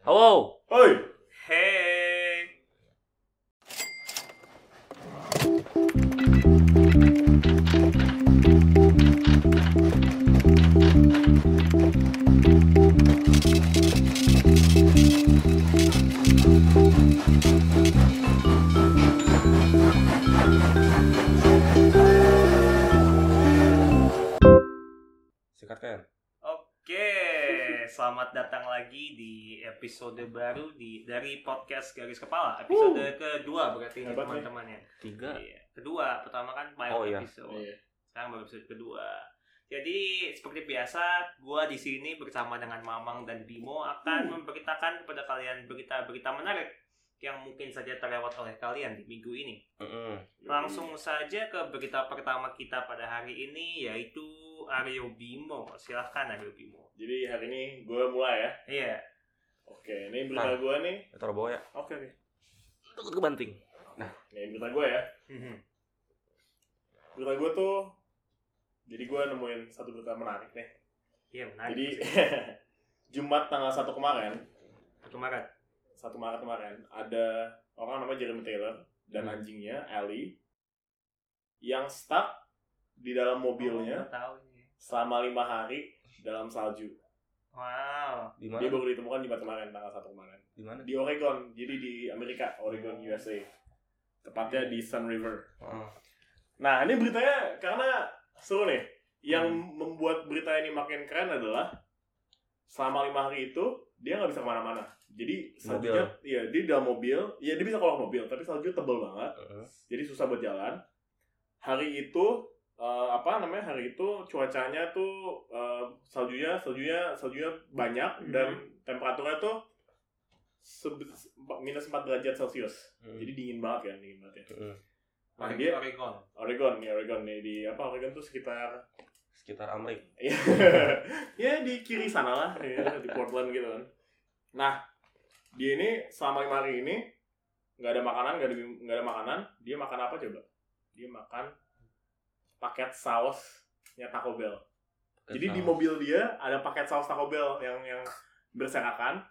Halo. Hoi. Hey. Sikatkan. Oke, selamat datang lagi di episode baru dari podcast Garis Kepala. Episode kedua berarti ini Hebat nih. teman-teman ya. 3. Iya. Kedua, pertama kan pilot Oh, iya. episode. Iya. Sekarang baru episode kedua. Jadi seperti biasa, gua di sini bersama dengan Mamang dan Bimo akan memberitakan kepada kalian berita-berita menarik yang mungkin saja terlewat oleh kalian di minggu ini. Langsung saja ke berita pertama kita pada hari ini, yaitu Aryo Bimo. Silahkan Aryo Bimo. Jadi hari ini gue mulai ya. Iya. Oke, ini berita gue nih. Taruh bawah ya. Oke. Takut kebanting. Ini berita gue ya. Berita gue tuh, jadi gue nemuin satu berita menarik nih. Iya, menarik. Jadi Jumat tanggal 1 kemarin, 1 Maret. 1 Maret kemarin, ada orang namanya Jeremy Taylor dan anjingnya Ellie yang stuck di dalam mobilnya Oh, tahu ini. selama 5 hari dalam salju. Wow. Di mana? Dia baru ditemukan Jumat kemarin, tanggal 1 kemarin. Di mana? Di Oregon, jadi di Amerika, Oregon, USA. Tepatnya di Sun River. Nah, ini beritanya karena seru nih. Yang membuat berita ini makin keren adalah selama 5 hari itu dia nggak bisa kemana-mana. Jadi saljunya, iya dia di dalam mobil, ya dia bisa keluar mobil, tapi salju tebal banget, jadi susah buat jalan. Hari itu hari itu cuacanya tuh saljunya banyak dan temperaturnya tuh minus 4 derajat Celcius. Jadi dingin banget ya. Nah, dia Oregon nih di Oregon tuh sekitar Amerika. ya di kiri sana lah, ya, di Portland gitu kan. Nah, dia ini selama 5 hari ini nggak ada makanan, dia makan apa coba? Dia makan paket sausnya Taco Bell. Jadi di mobil dia ada paket saus Taco Bell yang berserakan.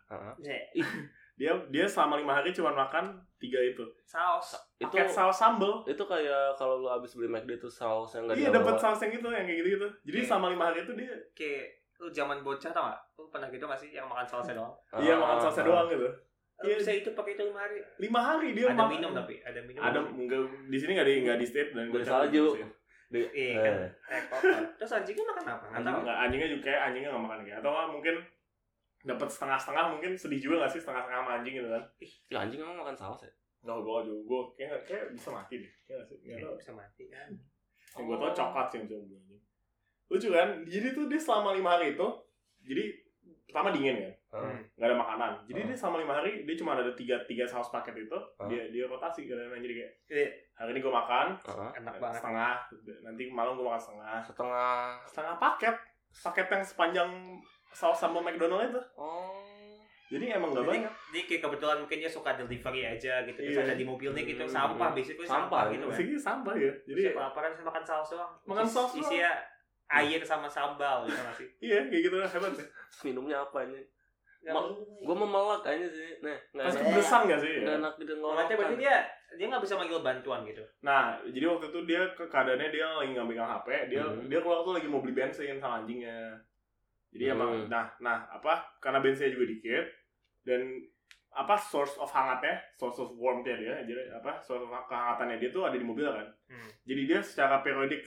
Dia selama 5 hari cuma makan 3 itu. Saus. Paket saus sambal. Itu kayak kalau lu habis beli McD itu saus yang enggak Iya, dapat saus yang itu, yang kayak gitu. Jadi selama 5 hari itu dia Kayak lu zaman bocah tau gak? Lu pernah gitu gak sih yang makan sausnya doang? iya makan sausnya doang gitu. Lu bisa itu pakai itu 5 hari. 5 hari dia Ada minum tapi, ada minum. Ada enggak di sini enggak di state dan Beli salju. Iya kan. Kotor. Terus anjingnya makan apa? Enggak tahu. Anjingnya juga kayak anjingnya enggak makan kayak atau nggak mungkin dapat setengah-setengah, mungkin sedih juga nggak sih setengah-setengah sama anjing gitu kan. Ya anjing emang makan saus ya? Nggak, gue kayak bisa mati deh. Iya nggak sih? Nggak tahu. Bisa mati kan. Yang gue tau coklat sih yang cuma anjing. Lucu kan? Jadi tuh dia selama 5 hari itu, jadi pertama dingin kan, nggak ada makanan. Jadi dia selama 5 hari dia cuma ada 3 saus paket itu, dia rotasi kadang-kadang, jadi kayak hari ini gue makan enak banget. setengah, nanti malam gue makan setengah paket yang sepanjang saus sambal McDonald itu. Jadi emang nggak banyak. Jadi kayak kebetulan mungkin dia suka delivery aja gitu. Terus Iya. ada di mobilnya gitu, sampah basically sampah gitu kan. Basically sampah ya. Jadi kelaparan sih makan saus doang. Makan saus doang. Isinya air sama sambal gitu nggak sih? iya kayak gitu lah, hebat ya. Minumnya apa ini? Nggak minum. Gua memelak kayaknya sih. Pasti kebesan nggak sih? Nggak Ya? enak didengar. Berarti berarti dia nggak bisa manggil bantuan gitu. Nah, jadi waktu itu dia keadaannya dia lagi nggak megang HP, dia keluar tuh lagi mau beli bensin sama anjingnya. Jadi emang karena bensinnya juga dikit dan source of warmth-nya dia, jadi source of kehangatannya dia tuh ada di mobil kan. Jadi dia secara periodik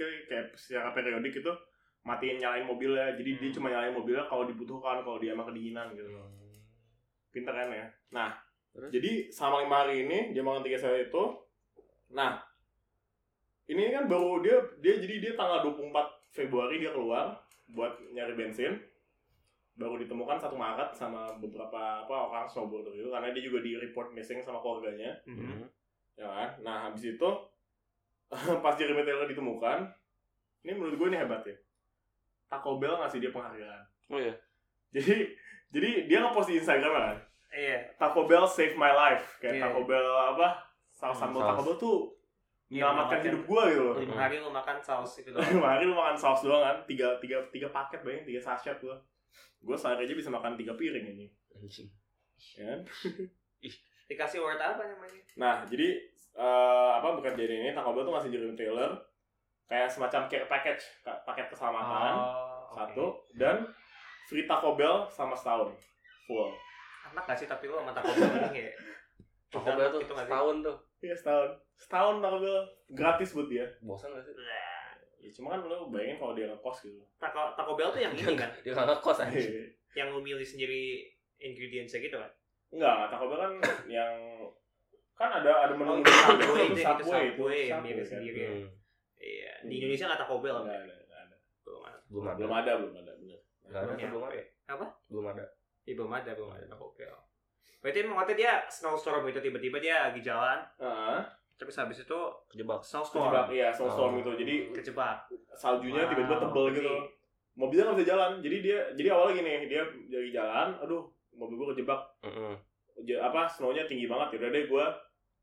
itu matiin nyalain mobilnya. Jadi dia cuma nyalain mobilnya kalau dibutuhkan, kalau dia emang kedinginan gitu. Pinter kan ya. Nah, terus? jadi selama 5 hari ini dia makan 3 saus itu. Nah, ini kan baru dia tanggal 24 Februari dia keluar buat nyari bensin. Baru ditemukan 1 Maret sama beberapa orang snowboarder itu, karena dia juga di report missing sama keluarganya. Ya kan? Nah, habis itu pas Jeremy Taylor ditemukan, ini menurut gue ini hebat ya. Taco Bell ngasih dia penghargaan. Oh iya. Jadi dia nge-post di Instagram kan. Iya. Taco Bell save my life. Kayak Iya. Taco Bell saus sambal Taco Bell tuh menyelamatkan hidup gue gitu loh. 5 hari lu makan saus itu doang. 5 hari lu makan saus doang kan. 3 paket bayang, 3 sachet gue. Gue sehari aja bisa makan 3 piring ini. Anjing. Ya kan? Dikasih award apa namanya? Nah, jadi berkat jadi ini Taco Bell tuh ngasih Jeremy Taylor kayak semacam care package, paket keselamatan satu dan free Taco Bell sama setahun full. Enak gak sih tapi lu sama Taco Bell ini kayak Taco Bell tuh setahun tuh. Iya setahun Taco Bell gratis buat dia. Bosan gak sih? Ya cuma kan lu bayangin kalau dia ngekos gitu. Taco Bell tuh yang ini kan? Dia nggak ngekos aja. Yang lu milih sendiri ingredients gitu kan? Enggak, Taco Bell kan yang kan ada menu Subway yang milih sendiri. Iya, di Indonesia nggak Taco Bell. Nggak ada. Belum ada. Belum ada bener. Nggak ada. Belum ada. Apa? Belum ada. Iya belum ada Taco Bell. Berarti maksudnya dia snowstorm itu tiba-tiba dia lagi jalan. Terus habis itu Kejebak. snowstorm. Iya, snowstorm itu. Jadi kejebak. Saljunya tiba-tiba tebel gitu. Mobilnya nggak bisa jalan. Jadi awalnya gini, dia lagi jalan, aduh, mobil gua kejebak. Snownya tinggi banget. Yaudah deh gua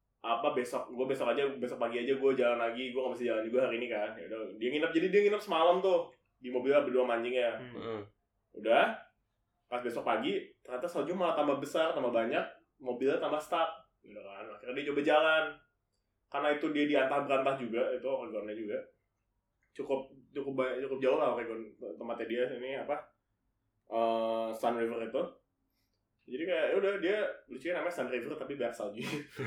besok pagi aja gue jalan lagi, gue nggak bisa jalan juga hari ini kan. Yaudah, dia nginep semalam tuh di mobilnya berdua mancingnya. Udah pas besok pagi ternyata salju malah tambah besar, tambah banyak, mobilnya tambah stuck gitu kan. Akhirnya dia coba jalan karena itu dia diantah berantah juga, itu Oregonnya juga cukup jauh lah Oregon tempatnya dia ini Sun River itu. Jadi kayak udah dia lucunya namanya Sun River tapi banyak salju.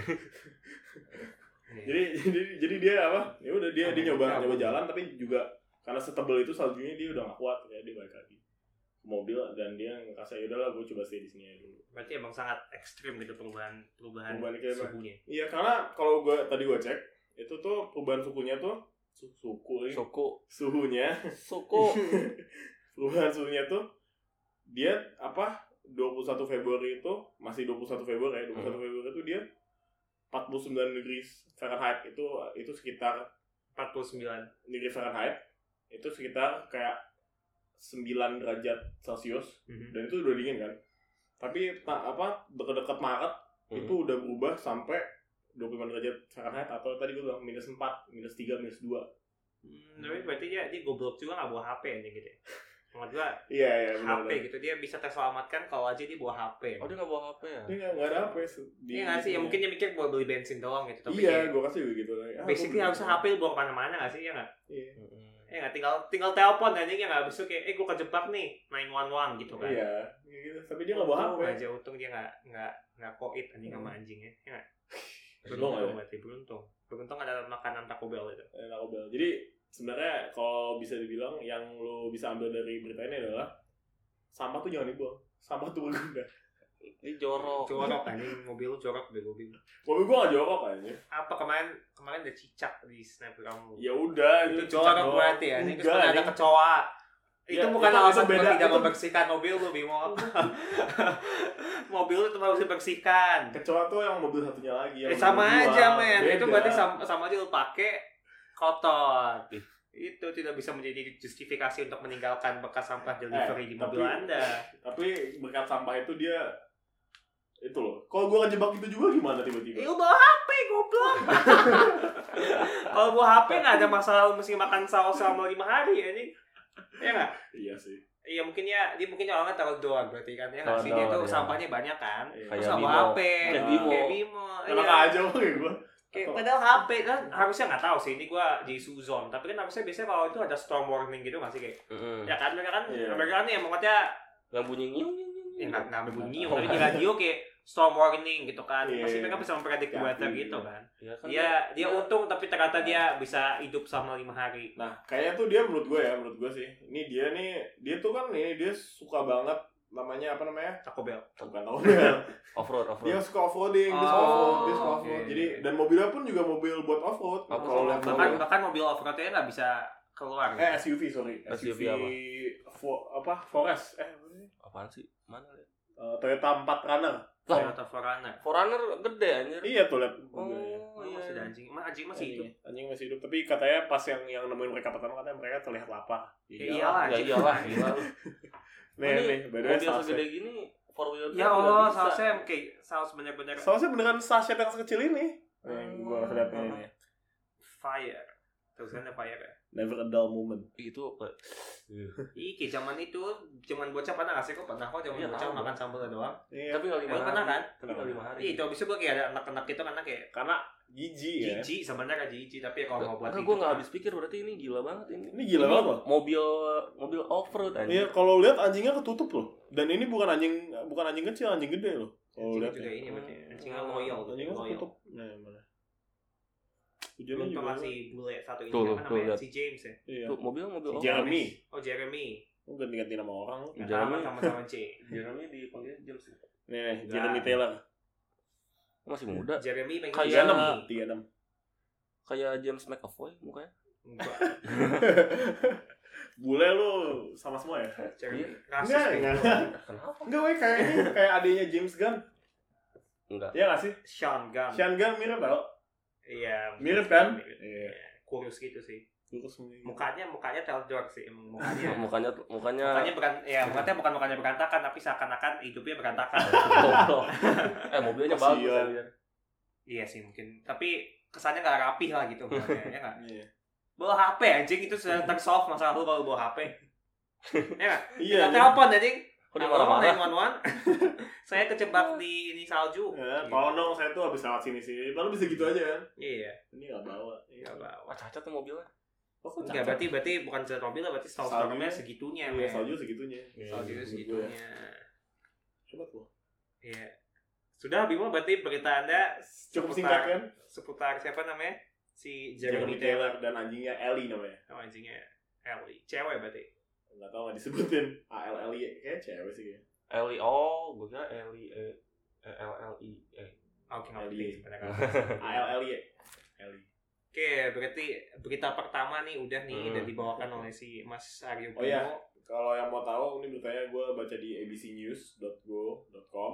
jadi dia ya udah dia nyoba jalan tapi juga karena setebel itu saljunya dia udah gak kuat kayak dia balik lagi ke mobil dan dia ngerasa ya udahlah gue coba stay di sini aja dulu. Berarti emang sangat ekstrim gitu perubahan suhunya. Iya karena kalau gue cek itu tuh perubahan suhunya tuh perubahan suhunya tuh dia 21 Februari itu masih 21 Februari itu dia 49 degrees Fahrenheit itu sekitar 49 degrees Fahrenheit itu sekitar kayak 9 derajat Celcius dan itu udah dingin kan. Tapi dekat Maret itu udah berubah sampai 25 derajat Fahrenheit atau tadi gue bilang -4, -3, -2. Tapi berarti dia goblok juga nggak bawa HP aja gitu ya. Menurut gua iya, HP bener. Gitu dia bisa terselamatkan kalau aja dia bawa HP. Oh dia nggak bawa HP ya? Dia nggak ada HP. Iya nggak sih, ya mungkin dia mikir buat beli bensin doang gitu. Tapi iya, gue kasih begitu. Basically harusnya HP bawa kemana-mana nggak sih ya nggak? Iya. Ya nggak tinggal telepon aja ya nggak besok kayak gue kejebak nih 911 gitu kan? Iya. Gitu. Tapi dia nggak bawa HP. Aja untung dia nggak koit anjing sama anjingnya. Ya nggak? Beruntung ada makanan Taco Bell itu. Taco Bell. Jadi sebenarnya kalau bisa dibilang yang lo bisa ambil dari berita ini adalah sampah tuh jangan dibuang. Sampah tuh berguna. Ini jorok anjing, mobil lu jorok deh mobil. Mobil gua enggak jorok aja. Apa kemarin ada cicak di snapgram kamu? Ya udah, itu jorok berarti ya. Ini ada kecoa. Itu bukan alasan beda tidak membersihkan mobil lu, Bimo. Mobil lu tuh harus dibersihkan. Kecoa tuh yang mobil satunya lagi yang sama aja, men. Itu berarti sama aja lu pakai kotor. Itu tidak bisa menjadi justifikasi untuk meninggalkan bekas sampah delivery di mobil Anda. Tapi berkat sampah itu dia itu loh. Kalau gua kejebak itu juga gimana tiba-tiba? Lu bawa HP goblok. Kalau bawa HP enggak ada masalah lu mesti makan saus selama 5 hari ini. Iya enggak? Iya sih. Iya mungkin orangnya taruh doang berarti kan ya nggak sih dia tuh sampahnya banyak kan. Terus sama HP, kayak Bimo. Enak aja kayak gua. Padahal HP kan harusnya nggak tahu sih ini gua jadi suzon tapi kan harusnya biasanya kalau itu ada storm warning gitu nggak sih kayak ya kan mereka kan nih maksudnya nggak bunyi nyiung nggak bunyi nyiung tapi di radio kayak storm warning gitu kan pasti mereka bisa memprediksi weather gitu kan dia untung tapi ternyata dia bisa hidup selama 5 hari. Nah kayaknya tuh dia menurut gua sih ini dia tuh kan dia suka banget namanya Taco Bell. Bukan Taco Bell. Off-road. Dia suka off-roading, dia suka off-road. Jadi dan mobilnya pun juga mobil buat off-road. Bahkan mobil off-roadnya nggak bisa keluar. SUV apa? Forest. Apaan sih? Mana lihat? Toyota 4Runner. Toyota 4Runner gede anjir. Iya tuh lihat. Masih ada anjing masih hidup. Anjing masih hidup. Tapi katanya pas yang nemuin mereka pertama katanya mereka terlihat lapar. Iyalah. Nih, mobil segede gini 4-wheel. Ya Allah, sausnya kayak saus bener-bener. Sausnya beneran sachet yang sekecil ini. Gua harus lihat ini. Fire. tulisannya fire ya. Never a dull moment. Itu apa? Iki zaman itu, zaman bocah pernah nggak sih? Kok pernah kok zaman Iya, bocah tahu. makan sambal doang. Iya. Tapi nggak 5 Lu hari. pernah kan? Tapi nggak 5 hari. Iya, itu abis itu gue kayak ada anak-anak itu kan kayak Karena jijik ya. jijik sebenarnya jijik, tapi kalau mau buat Gue nggak habis pikir, berarti ini gila banget ini. Ini gila banget loh. Mobil off-road aja. Iya, kalau lihat anjingnya ketutup loh. Dan ini bukan anjing kecil, anjing gede loh. Kalau Anjing lihat juga ya. ini berarti anjingnya loyal, Anjingnya loyal. ketutup. Nah, mana? Hujannya Untung juga. masih bule satu ini Tuh, apa tuh, namanya? lihat. Si James ya. Iya. Tuh, mobil Si off-road. Jeremy. Oh Jeremy. Lu ganti-ganti nama orang lu. Jeremy. Sama-sama C. Jeremy dipanggil James. Nih, Enggak. Jeremy Taylor. Masih muda. Jeremy pengen Kayak- 36. Kayak James McAvoy mukanya. Enggak. Bule lu sama semua ya? Jeremy. Enggak, Rasis enggak. Kenapa? Enggak, weh, kayak ini, kayak adiknya James Gunn. Enggak. Iya gak sih? Sean Gunn. Sean Gunn mirip tau? Iya. Mirip kan? Mirip. Iya. Kurus gitu sih. Lurus semua. Mukanya Theodore sih emang mukanya. Mukanya bukan mukanya berantakan tapi seakan-akan hidupnya berantakan. goblok. Mobilnya Kasian. bagus ya. Iya sih mungkin. Tapi kesannya nggak rapih lah gitu mukanya, ya nggak? Iya. Bawa HP anjing itu sudah tersolve masalah lu kalau bawa HP. Ya nggak? Iya. Kita telepon anjing. Kok dia marah-marah? 911. Saya kecebak di ini salju. Ya, tolong dong, saya tuh habis lewat sini-sini. Lalu bisa gitu aja kan? Iya. Ini gak bawa. Nggak bawa. Wah, cacat tuh mobilnya. Oh, kok Enggak, cacat? berarti bukan cat mobil, berarti stormnya segitunya. Iya, men. salju segitunya. Salju Menurut gue ya. segitunya. Coba tuh. Iya. Sudah Bimo, berarti berita Anda Cukup seputar- singkat kan? Seputar siapa namanya? Si Jeremy Jeremy Taylor Taylor. dan anjingnya Ellie namanya. Oh, anjingnya Ellie. Cewek berarti. Gak tau gak disebutin. A-L-L-I. Kayaknya cewek sih kayaknya. Eli, oh, gue kira Eli, L-L-I. Oke, nggak Ellie. penting sebenarnya. A-L-L-I. Ellie. Oke, berarti berita pertama nih udah nih Hmm. udah dibawakan oleh si Mas Aryo Oh iya. Bimo. Kalau yang mau tahu, ini beritanya gue baca di abcnews.go.com.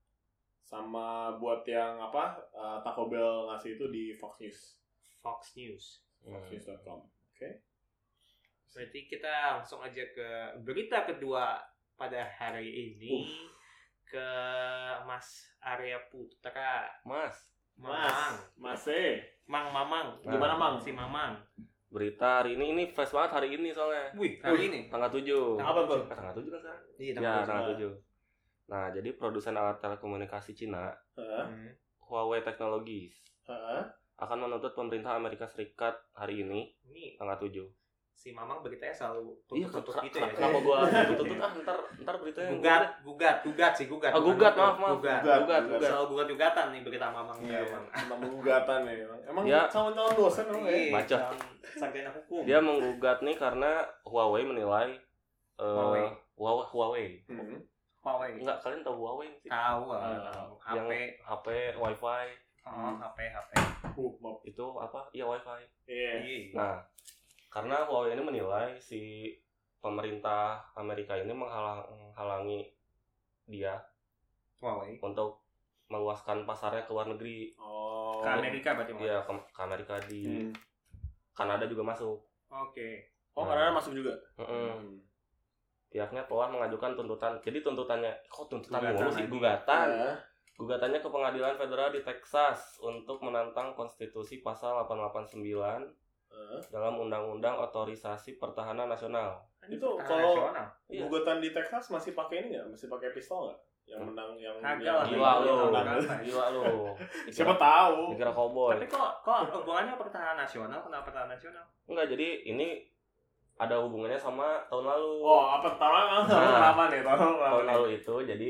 Sama buat yang Taco Bell ngasih itu di Fox News. Fox News. Foxnews.com. Oke. Berarti kita langsung aja ke berita kedua pada hari ini ke Mas Arya Putra. Mas, Mamang. Mamang. Nah. Gimana Mang? Si Mamang. berita hari ini fresh banget hari ini soalnya. Wih, hari ini. Tanggal 7. Apa tuh? Tanggal 7 kan sekarang? Iya, Ya, tanggal tanggal 7. Nah, jadi produsen alat telekomunikasi Cina, Hah? Huawei Technologies, Hah? akan menuntut pemerintah Amerika Serikat hari ini, Ini tanggal 7. si Mamang beritanya selalu Iya, tutup gitu ya. kenapa gua tutup ntar beritanya Gugat. Oh, gugat, maaf. Gugat. Selalu gugat-gugatan nih berita Mamang. Iya, Mamang. tentang penggugatan ya. Emang Ya. sama calon dosen emang ya? Iya, Baca. calon sarjana hukum. Dia menggugat nih karena Huawei menilai Huawei. Huawei. Huawei. Enggak, kalian tahu Huawei sih? Tahu Yang HP. HP, WiFi, HP. Maaf. itu apa? Iya, WiFi. Iya. Iya. Nah, karena Huawei ini menilai si pemerintah Amerika ini menghalangi dia Huawei. untuk meluaskan pasarnya ke luar negeri. Oh. Ke Amerika berarti. Mas? Iya, ke Amerika di Kanada juga masuk. Oke. Oh, karena masuk juga. Mm-mm. Pihaknya telah mengajukan tuntutan. Jadi tuntutannya, kok tuntutan Gugatan mulu sih? lagi. Gugatan. Ya. Gugatannya ke pengadilan federal di Texas untuk menantang konstitusi pasal 889 dalam Undang-Undang Otorisasi Pertahanan Nasional. Itu Pertahanan kalau nasional. Iya. gugatan di Texas masih pakai ini nggak? Masih pakai pistol nggak? Yang menang yang Kagak yang- lah. Gila lu, Berapa? gila lu. Siapa tahu? Dikira cowboy. Tapi kok hubungannya pertahanan nasional? Kenapa pertahanan nasional? Enggak, jadi ini ada hubungannya sama tahun lalu. Oh, apa tahun lama nih? Tahun lalu itu jadi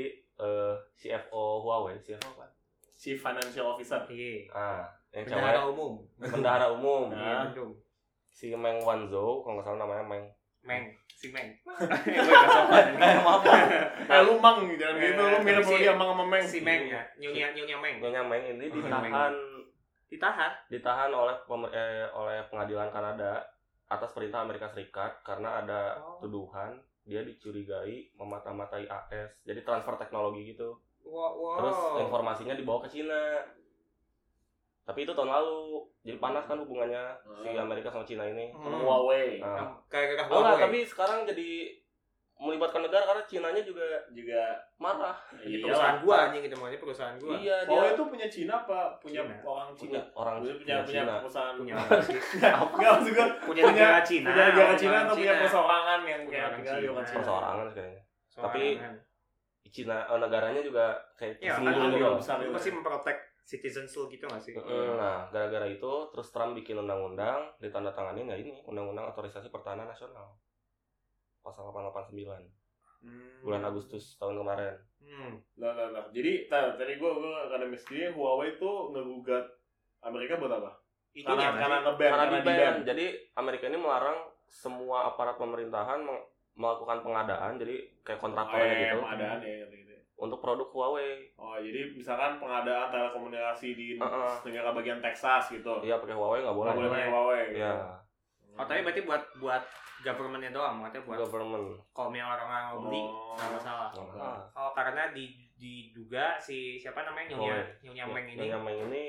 CFO Huawei, CFO apa? Chief Financial Officer. Iya. Yang Bendahara cewek umum. bendahara umum. Iya, betul. Si Meng Wanzhou, kalau nggak salah namanya Meng. Si Meng. Gue gak sopan. Maaf. Lu Mang, jangan gitu. Lu mirip Si- dia Mang sama Meng. Si Meng ya. Nyonya Meng. Nyonya Meng ini Ditahan. oleh oleh pengadilan Kanada atas perintah Amerika Serikat karena ada tuduhan dia dicurigai memata-matai AS. Jadi transfer teknologi gitu. Wow. Terus informasinya dibawa ke Cina. Tapi itu tahun lalu. Jadi panas kan hubungannya si Amerika sama Cina ini. Huawei. Nah, Kayak oh, Huawei. tapi sekarang jadi melibatkan negara karena Cinanya juga marah. Ini Iya perusahaan lah. gua anjing itu maunya perusahaan gua. Iya, dia Huawei itu punya Cina apa punya Cina. orang Cina? orang Punya Cina. perusahaan Punya Enggak maksud gua punya negara Cina. punya negara Cina orang atau punya Cina. perseorangan yang Punya kayak orang tinggal di Cina. orang Cina. Perseorangan kayaknya. Tapi Sorangan. Cina negaranya juga kayak Iya, kan tersinggung gitu. adil. loh. Besar lu itu pasti ya. memprotek citizens lu gitu nggak sih? Nah, gara-gara itu terus Trump bikin undang-undang ditandatangani nggak ini undang-undang otorisasi pertahanan nasional pasal 889 bulan Agustus tahun kemarin. Nah. Jadi tadi gua ada mistake Huawei itu ngegugat Amerika buat apa? Itunya Karena nggak sih? nge-ban, Karena karena di-ban. di-ban. Jadi Amerika ini melarang semua aparat pemerintahan melakukan pengadaan, jadi kayak kontraktornya gitu Pengadaan ya gitu. untuk produk Huawei. Oh, jadi misalkan pengadaan telekomunikasi di Heeh. negara bagian Texas gitu. Iya, pakai Huawei nggak boleh. Nggak boleh pakai Huawei. Iya, Oh, tapi berarti buat government-nya doang, maksudnya buat government. kaum yang orang mau beli nggak masalah. Oh, karena diduga si siapa namanya Nyonya Meng ini Nyonya Meng ini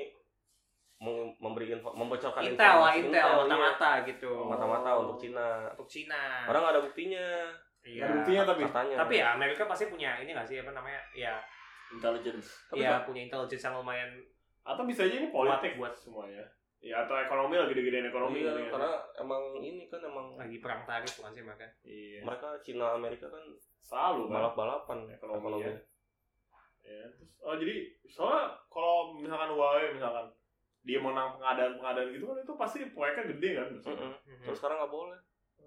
membocorkan Intel mata-mata gitu. mata-mata untuk Cina. Untuk Cina. Orang nggak ada buktinya. Iya. Ada buktinya Katanya. Tapi ya Amerika pasti punya ini nggak sih apa namanya? Ya, Intelligence. Tapi ya punya intelligence yang lumayan. Atau bisa aja ini politik Buat semuanya. Ya atau ekonomi lah gede-gedean ekonomi iya, gitu ya. karena emang ini kan emang Lagi perang tarif bukan sih mereka? Iya. mereka Cina Amerika kan Selalu kan. balap-balapan Ekonomi, ekonomi. Ya, terus jadi soalnya kalau misalkan Huawei misalkan dia menang pengadaan gitu kan itu pasti proyeknya gede kan. Mm-mm. Terus sekarang nggak boleh.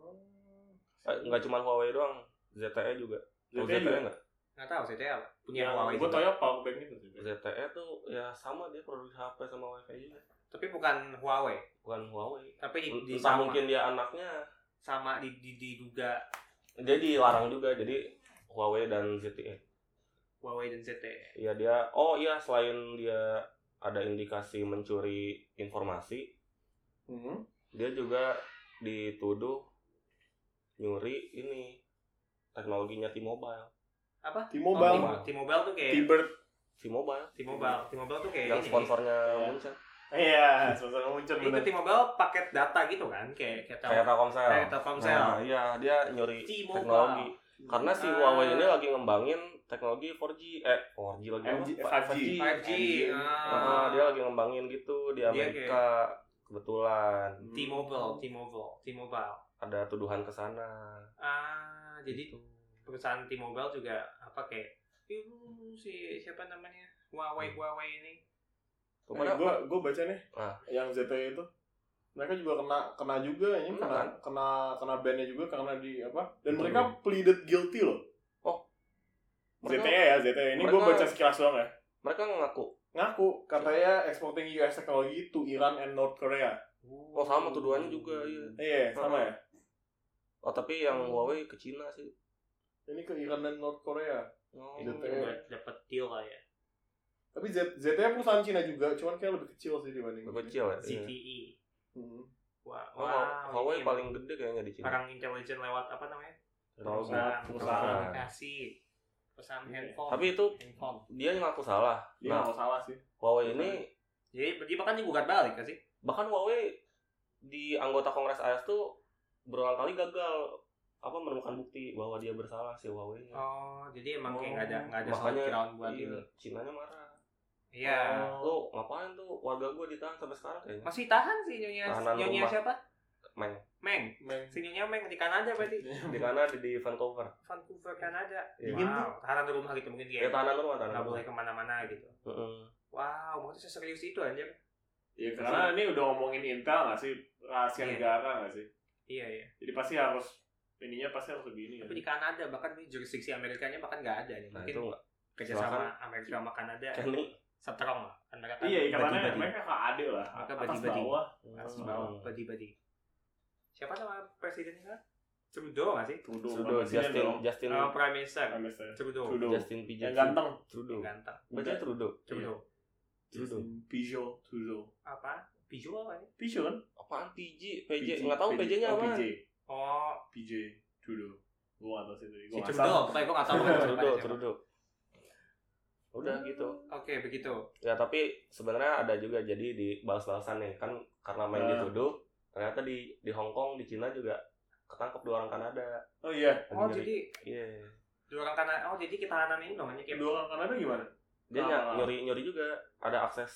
Nggak cuma Huawei doang, ZTE juga. Tahu ZTE juga? nggak? Nggak tahu sih dia punya Yang Huawei gue juga. tau ya powerbank gitu sih. ZTE tuh ya sama dia produksi HP sama WiFi juga. Tapi bukan Huawei. Bukan Huawei. Tapi di Entah sama mungkin dia anaknya. sama diduga Dia dilarang juga, jadi Huawei dan ZTE. Huawei dan ZTE. Iya dia. Selain dia ada indikasi mencuri informasi, dia juga dituduh nyuri ini teknologinya T-Mobile. Apa? T-Mobile. T-Mobile tuh kayak T-Bird. T-Mobile T-Mobile tuh kayak yang ini. sponsornya Iya. Munchen. Iya, sponsor muncul Itu T-Mobile paket data gitu kan, kayak Kayak Telkomsel. kayak Telkomsel. Nah, iya dia nyuri T-Mobile. teknologi. Karena si Ah. Huawei ini lagi ngembangin teknologi 4G lagi apa? 5G. 5G. Dia lagi ngembangin gitu di Dia Amerika. Kebetulan T-Mobile. ada tuduhan ke sana. Jadi perusahaan T-Mobile juga apa kayak si siapa namanya? Huawei ini. Pokoknya Gue baca nih yang ZTE itu mereka juga kena juga ini kena ban-nya juga karena di apa dan mereka pleaded guilty loh. ZTE ini gue baca sekilas doang ya. Mereka ngaku Katanya exporting US technology to Iran and North Korea. sama tuduhannya juga iya. Iya, sama ya. Tapi yang Huawei ke Cina sih. Ini ke Iran dan North Korea. ZTE. Dapat deal lah ya. Tapi ZTE perusahaan Cina juga, cuman kayak lebih kecil sih dibanding Lebih kecil ya. Iya. ZTE. Huawei ini paling gede kayaknya di Cina. orang intelijen lewat apa namanya? Perusahaan. Komunikasi. Perusahaan handphone. Tapi itu dia ngaku salah. Dia nggak salah sih. Huawei ini Jadi dia bahkan digugat balik kan sih? bahkan Huawei di anggota Kongres AS tuh berulang kali gagal menemukan bukti bahwa dia bersalah si Huawei. Oh, jadi emang kayak nggak ada solid ground buat ini. Cinanya marah. Iya. Lu ngapain tuh warga gue ditahan sampai sekarang kayaknya? Masih tahan sih Tahanan nyonya rumah. siapa? Meng. Si nyonya Meng di Kanada berarti. Di Kanada di Vancouver. Vancouver, Kanada. Iya. Wow, tahanan rumah gitu mungkin Ya kayak tahanan rumah. nggak boleh kemana-mana gitu. Wow, maksudnya serius itu anjir. Ya karena ini udah ngomongin Intel nggak sih rahasia negara nggak sih? Iya. Jadi pasti harus pasti harus lebih ini. Tapi di Kanada bahkan di jurisdiksi Amerikanya bahkan nggak ada nih. Nah Mungkin itu nggak. kerjasama Amerika sama Kanada Kenny. strong lah. Kan mereka kan Iya, karena badi-badi. mereka kakak adik lah. Mereka Atas badi-badi. bawah. Atas bawah badi-badi. Siapa nama presidennya kan? Trudeau nggak sih? Trudeau. Justin Prime Minister. Trudeau. Justin Pijat. Yang ganteng. Trudeau. yang ganteng. Baca Trudeau. Justin Trudeau. Apa? Pijou apa nih? Pijou kan? Apaan PJ? PJ nggak tahu PJ-nya apa. Oh, PJ Trudeau. Gua nggak tahu sih tadi. si Trudeau. Pokoknya gue nggak tahu. Trudeau. Udah gitu. Oke, begitu. Ya tapi sebenarnya ada juga jadi di balas-balasan nih kan karena main dituduh ternyata di Hong Kong di Cina juga ketangkep 2 orang Kanada. Oh iya. Oh jadi iya. 2 orang Kanada. Oh jadi ketahanan ini namanya kayak 2 orang Kanada gimana? Dia nyuri juga, ada akses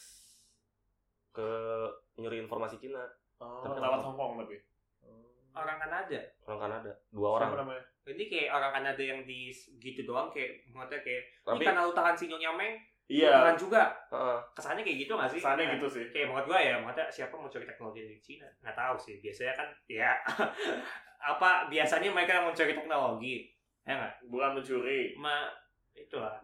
ke nyuri informasi Cina. Lewat Hong Kong tapi. Orang Kanada. 2 orang. Siapa namanya? Jadi kayak orang Kanada yang di gitu doang kayak maksudnya kayak Tapi ini karena lu tahan si Nyonya Meng. Iya. Tahan juga. Heeh. Kesannya kayak gitu nggak sih? Kesannya gitu sih. Kayak menurut gua ya, maksudnya siapa mau cari teknologi dari Cina? Nggak tahu sih. Biasanya kan ya apa biasanya mereka mau cari teknologi, ya nggak? Bukan mencuri. Itulah.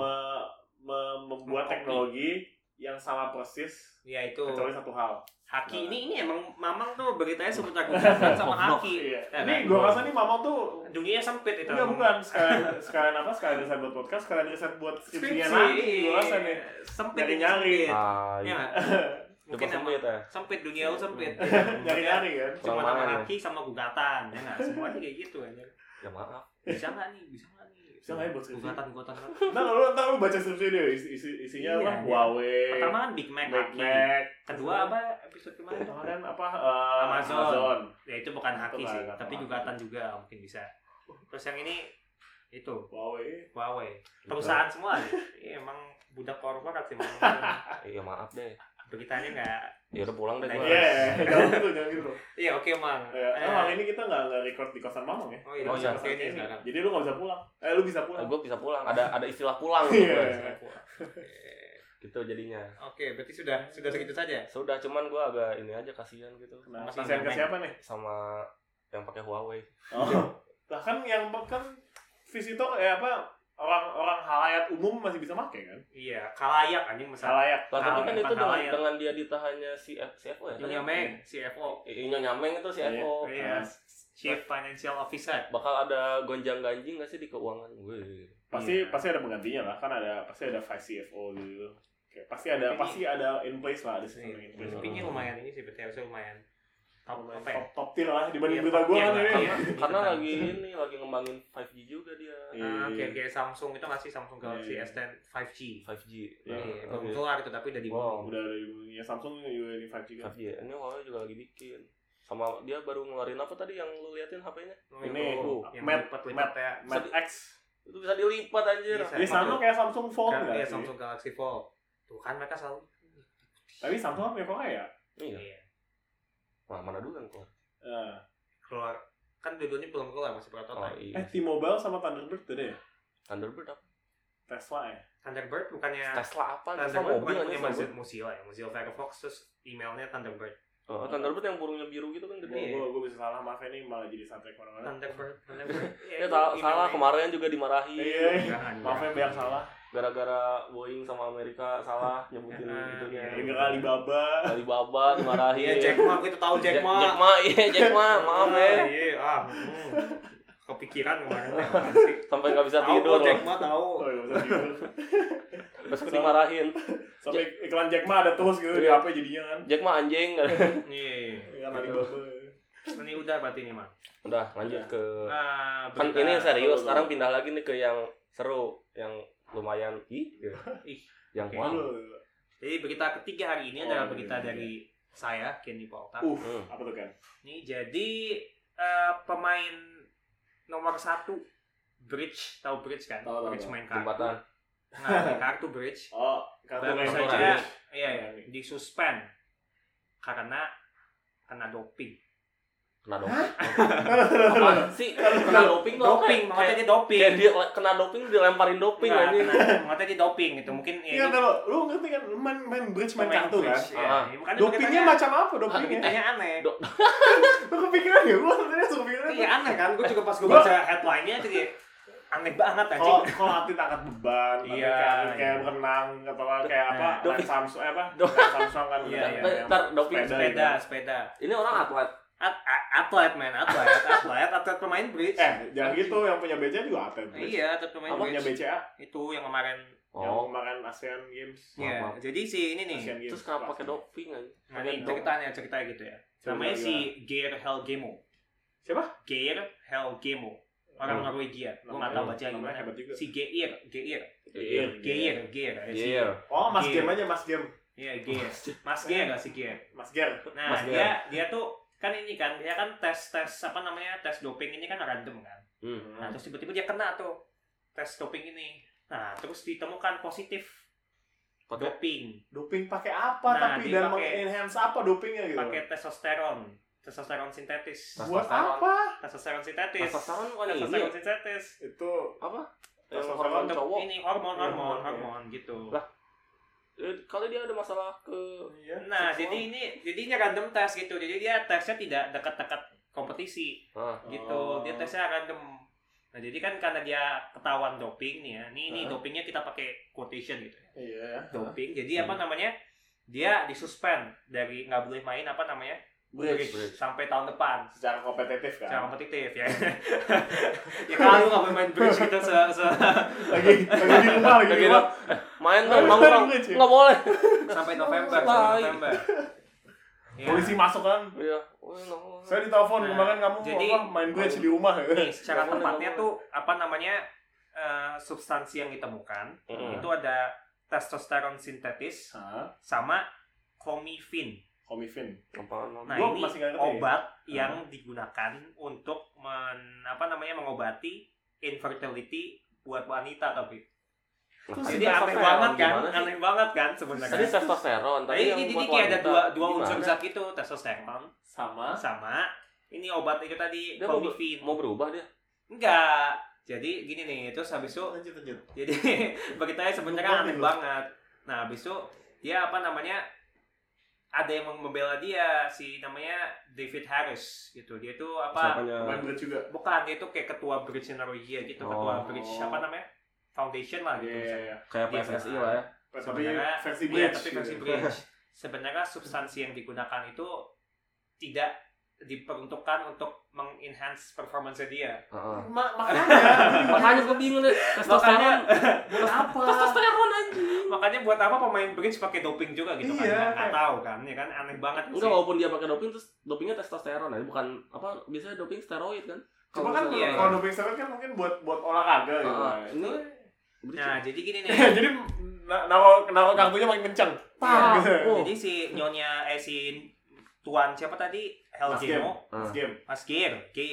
Membuat teknologi yang sama persis. Ya itu. Kecuali satu hal. Haki ini emang Mamang tuh beritanya seputar gugatan sama Haki. Iya. Ya, Ini kan? gue rasa nih Mamang tuh Dunia sempit itu. enggak bukan sekalian riset buat podcast, sekalian riset buat skripsinya nanti. Gue rasa nih sempit nyari-nyari. Ya nggak? Mungkin sempit ya. Sempit dunia lu sempit. Nyari-nyari kan. Cuma Kurang nama ya. Haki sama gugatan, ya nggak? Semuanya kayak gitu aja. Ya maaf. Bisa nggak nih? Bisa nggak ya buat skripsi? Gugatan. Ntar lu baca skripsi dia isinya Iya, apa? iya. Huawei. Pertama kan Big Mac, Big Haki. Mac. Kedua apa episode kemarin? Kemarin apa? Amazon. Ya itu bukan Haki Itu sih, nggak tapi Haki. gugatan juga mungkin bisa. Terus yang ini itu Huawei. perusahaan semua. Iya emang budak korporat sih. Iya maaf deh. Beritanya nggak. Ya udah pulang deh gua. Iya, jangan gitu. Iya oke Mang. Hari ini kita nggak record di kosan Mamang ya. Oh iya, Oh, iya. oke ini sekarang. Jadi lu nggak bisa pulang. Lu bisa pulang. Gue bisa pulang. Ada istilah pulang. Iya. Gitu jadinya. Oke, berarti sudah segitu saja. Sudah, cuman gue agak ini aja kasihan gitu. Nah, Masih kasihan ke Meng. siapa nih? Sama yang pakai Huawei. Lah kan yang kan visitor orang halayak umum masih bisa pakai kan? Iya, kalayak anjing masalah. Halayak. Lah tapi kan Bukan itu halayak. dengan dia ditahannya CFO ya. Nyonya Meng, CFO. Nyonya Meng itu CFO. Iya, Chief Financial Officer. Bakal ada gonjang-ganjing nggak sih di keuangan? Pasti ada penggantinya lah, kan pasti ada vice CFO gitu. Kayak pasti ada in place lah, ada sistem in place. Tapi ini lumayan ini sih, berarti harusnya lumayan. Top tier lah dibanding Iya, berita gue top kan tier ini. lah. Karena lagi ngembangin 5G juga dia. Kayak Samsung itu masih Samsung Galaxy Iya. S10 5G. 5G. Iya, belum keluar itu tapi udah di Wow. Udah ya Samsung juga di 5G kan. 5G. Ini Huawei juga lagi bikin. Sama dia baru ngeluarin apa tadi yang lu liatin HP-nya? Ini yang Mate lipat-lipat ya. Mate X. Itu bisa dilipat anjir. Bisa. Dia sama kayak Samsung Fold Kan, nggak iya, sih? Samsung Galaxy Fold. Tuh kan mereka selalu. Tapi Samsung kan punya Korea. Iya. Nah, mana dulu yang keluar? Keluar kan dua-duanya belum keluar masih prototype. iya. T-Mobile sama Thunderbird beda ya? Thunderbird apa? Tesla ya? Thunderbird bukannya Tesla apa? Tesla Thunderbird mobil bukan punya aja. Mozilla ya, Mozilla Firefox terus emailnya Thunderbird. Oh, Thunderbird yang burungnya biru gitu kan gede. Iya. Gue bisa salah, maaf ini malah jadi santai kemana-mana. Thunderbird. Ya salah kemarin juga dimarahi. Iya, maaf ya banyak salah. Gara-gara Boeing sama Amerika salah nyebutin itunya. Gara-gara Alibaba dimarahi. Iya, Jack Ma, kita tahu Jack Ma. Jack Ma, maaf ya. Iya, kepikiran kemarin. Sampai nggak bisa Tahu tidur. Jack Ma tahu. Oh, nggak bisa tidur. Terus aku dimarahin. Sampai iklan Jack Ma ada terus gitu di HP jadinya kan. Jack Ma anjing. Iya. Iklan Alibaba. Ini udah berarti ini, Mang. Udah, lanjut ke kan berita- ini serius. Sekarang pindah lagi nih ke yang seru, yang lumayan yang Oke. wow. Jadi berita ketiga hari ini adalah berita dari saya Kenny Polta. Apa tuh kan? Ini jadi pemain nomor 1 Bridge, tahu Bridge kan? Tahu. Bridge main kartu. Jembatan. Nah, di kartu Bridge. Oh, kartu Baru main saja Bridge. iya, disuspend karena kena doping. Kena doping. Apa sih? Kena doping tuh. Doping, makanya dia doping. Kayak dia kena doping dilemparin doping Nggak, aja. makanya dia doping gitu. Mungkin Iya, kalau lu ngerti kan main Bridge main kartu kan? Iya. Dopingnya macam apa dopingnya? Beritanya aneh. Lu kepikiran ya? Gua sebenarnya suka kepikiran. Iya aneh kan, gue juga pas gue baca headline-nya jadi aneh banget anjing. Kalau atlet angkat beban, Iya, kayak berenang atau kayak apa? Doping. Samsung Samsung kan. Iya, yang Ntar doping Sepeda. Ini orang atlet. Atlet pemain bridge. Jangan gitu, yang punya BCA juga atlet. Iya, atlet pemain Punya bridge. BCA Itu yang kemarin. yang kemarin ASEAN Games. Iya, Maaf. jadi si ini nih. ASEAN Games. Terus kenapa pakai doping aja? Nah, ini ceritanya gitu ya. Namanya si Geir Helgemo. Siapa? Geir Helgemo. Orang Norwegia. Gue nggak tahu baca Namanya gimana. hebat juga. Si Geir. Geir. Geir. Oh, Mas Geir. Game aja, Mas Game. Iya, Geir. Mas Geir nggak si Geir. Mas Geir. Nah, Mas Geir. dia tuh kan ini kan dia kan tes apa namanya tes doping ini kan random kan. Nah terus tiba-tiba dia kena tuh tes doping ini. Nah terus ditemukan positif doping pakai apa tapi dan enhance apa dopingnya gitu? Pakai testosteron sintetis. Buat apa? Testosteron sintetis. Testosteron sintetis. Itu apa? Testosteron cowok. Ini hormon gitu. Lah, kalau dia ada masalah nah, seksual. jadi ini random tes gitu. Jadi dia tesnya tidak dekat-dekat kompetisi. Gitu. Dia tesnya random. Nah, jadi kan karena dia ketahuan doping nih ya. Ini dopingnya kita pakai quotation gitu ya. Iya. Doping. Jadi apa namanya? Dia disuspend dari nggak boleh main apa namanya? Bridge. Sampai tahun depan. Secara kompetitif kan? Secara kompetitif ya. Ya kalau nggak boleh main bridge gitu lagi di rumah lagi. Main tuh nggak boleh. Sampai November. Ya. Polisi masuk kan? Iya. Saya ditelepon kemarin kamu jadi, main bridge di rumah. Nih, secara tepatnya tuh apa namanya substansi yang ditemukan itu ada testosteron sintetis sama clomifene. Nah ini obat yang digunakan untuk mengobati infertility buat wanita tapi. Jadi aneh banget kan sebenarnya. Tadi testosteron, jadi kayak ada dua unsur zat itu, testosteron sama ini obat itu tadi clomifene. Mau berubah dia? Enggak. Jadi gini nih, terus habis itu lanjut. Jadi beritanya sebenarnya aneh banget. Nah, habis itu dia ada yang membela dia, si namanya David Harris gitu. Dia itu main bridge juga. Bukan, dia itu kayak ketua bridge Norwegia gitu, ketua bridge foundation lah gitu. Yeah. Kayak PSSI lah ya. Tapi versi bridge. Sebenarnya substansi yang digunakan itu tidak diperuntukkan untuk mengenhance performance dia. Makanya gue bingung deh. Testosteron buat apa? Testosteron anjing. Makanya buat apa pemain bridge pakai doping juga gitu kan? Nggak tahu kan? Ya kan aneh banget. Enggak, walaupun dia pakai doping terus dopingnya testosteron aja, bukan biasanya doping steroid kan? Cuma kan kalau doping steroid kan mungkin buat olahraga gitu. Ini nah, jadi gini nih. Jadi naruh kartunya makin kencang. Jadi si nyonya si tuan siapa tadi? Mas Gear.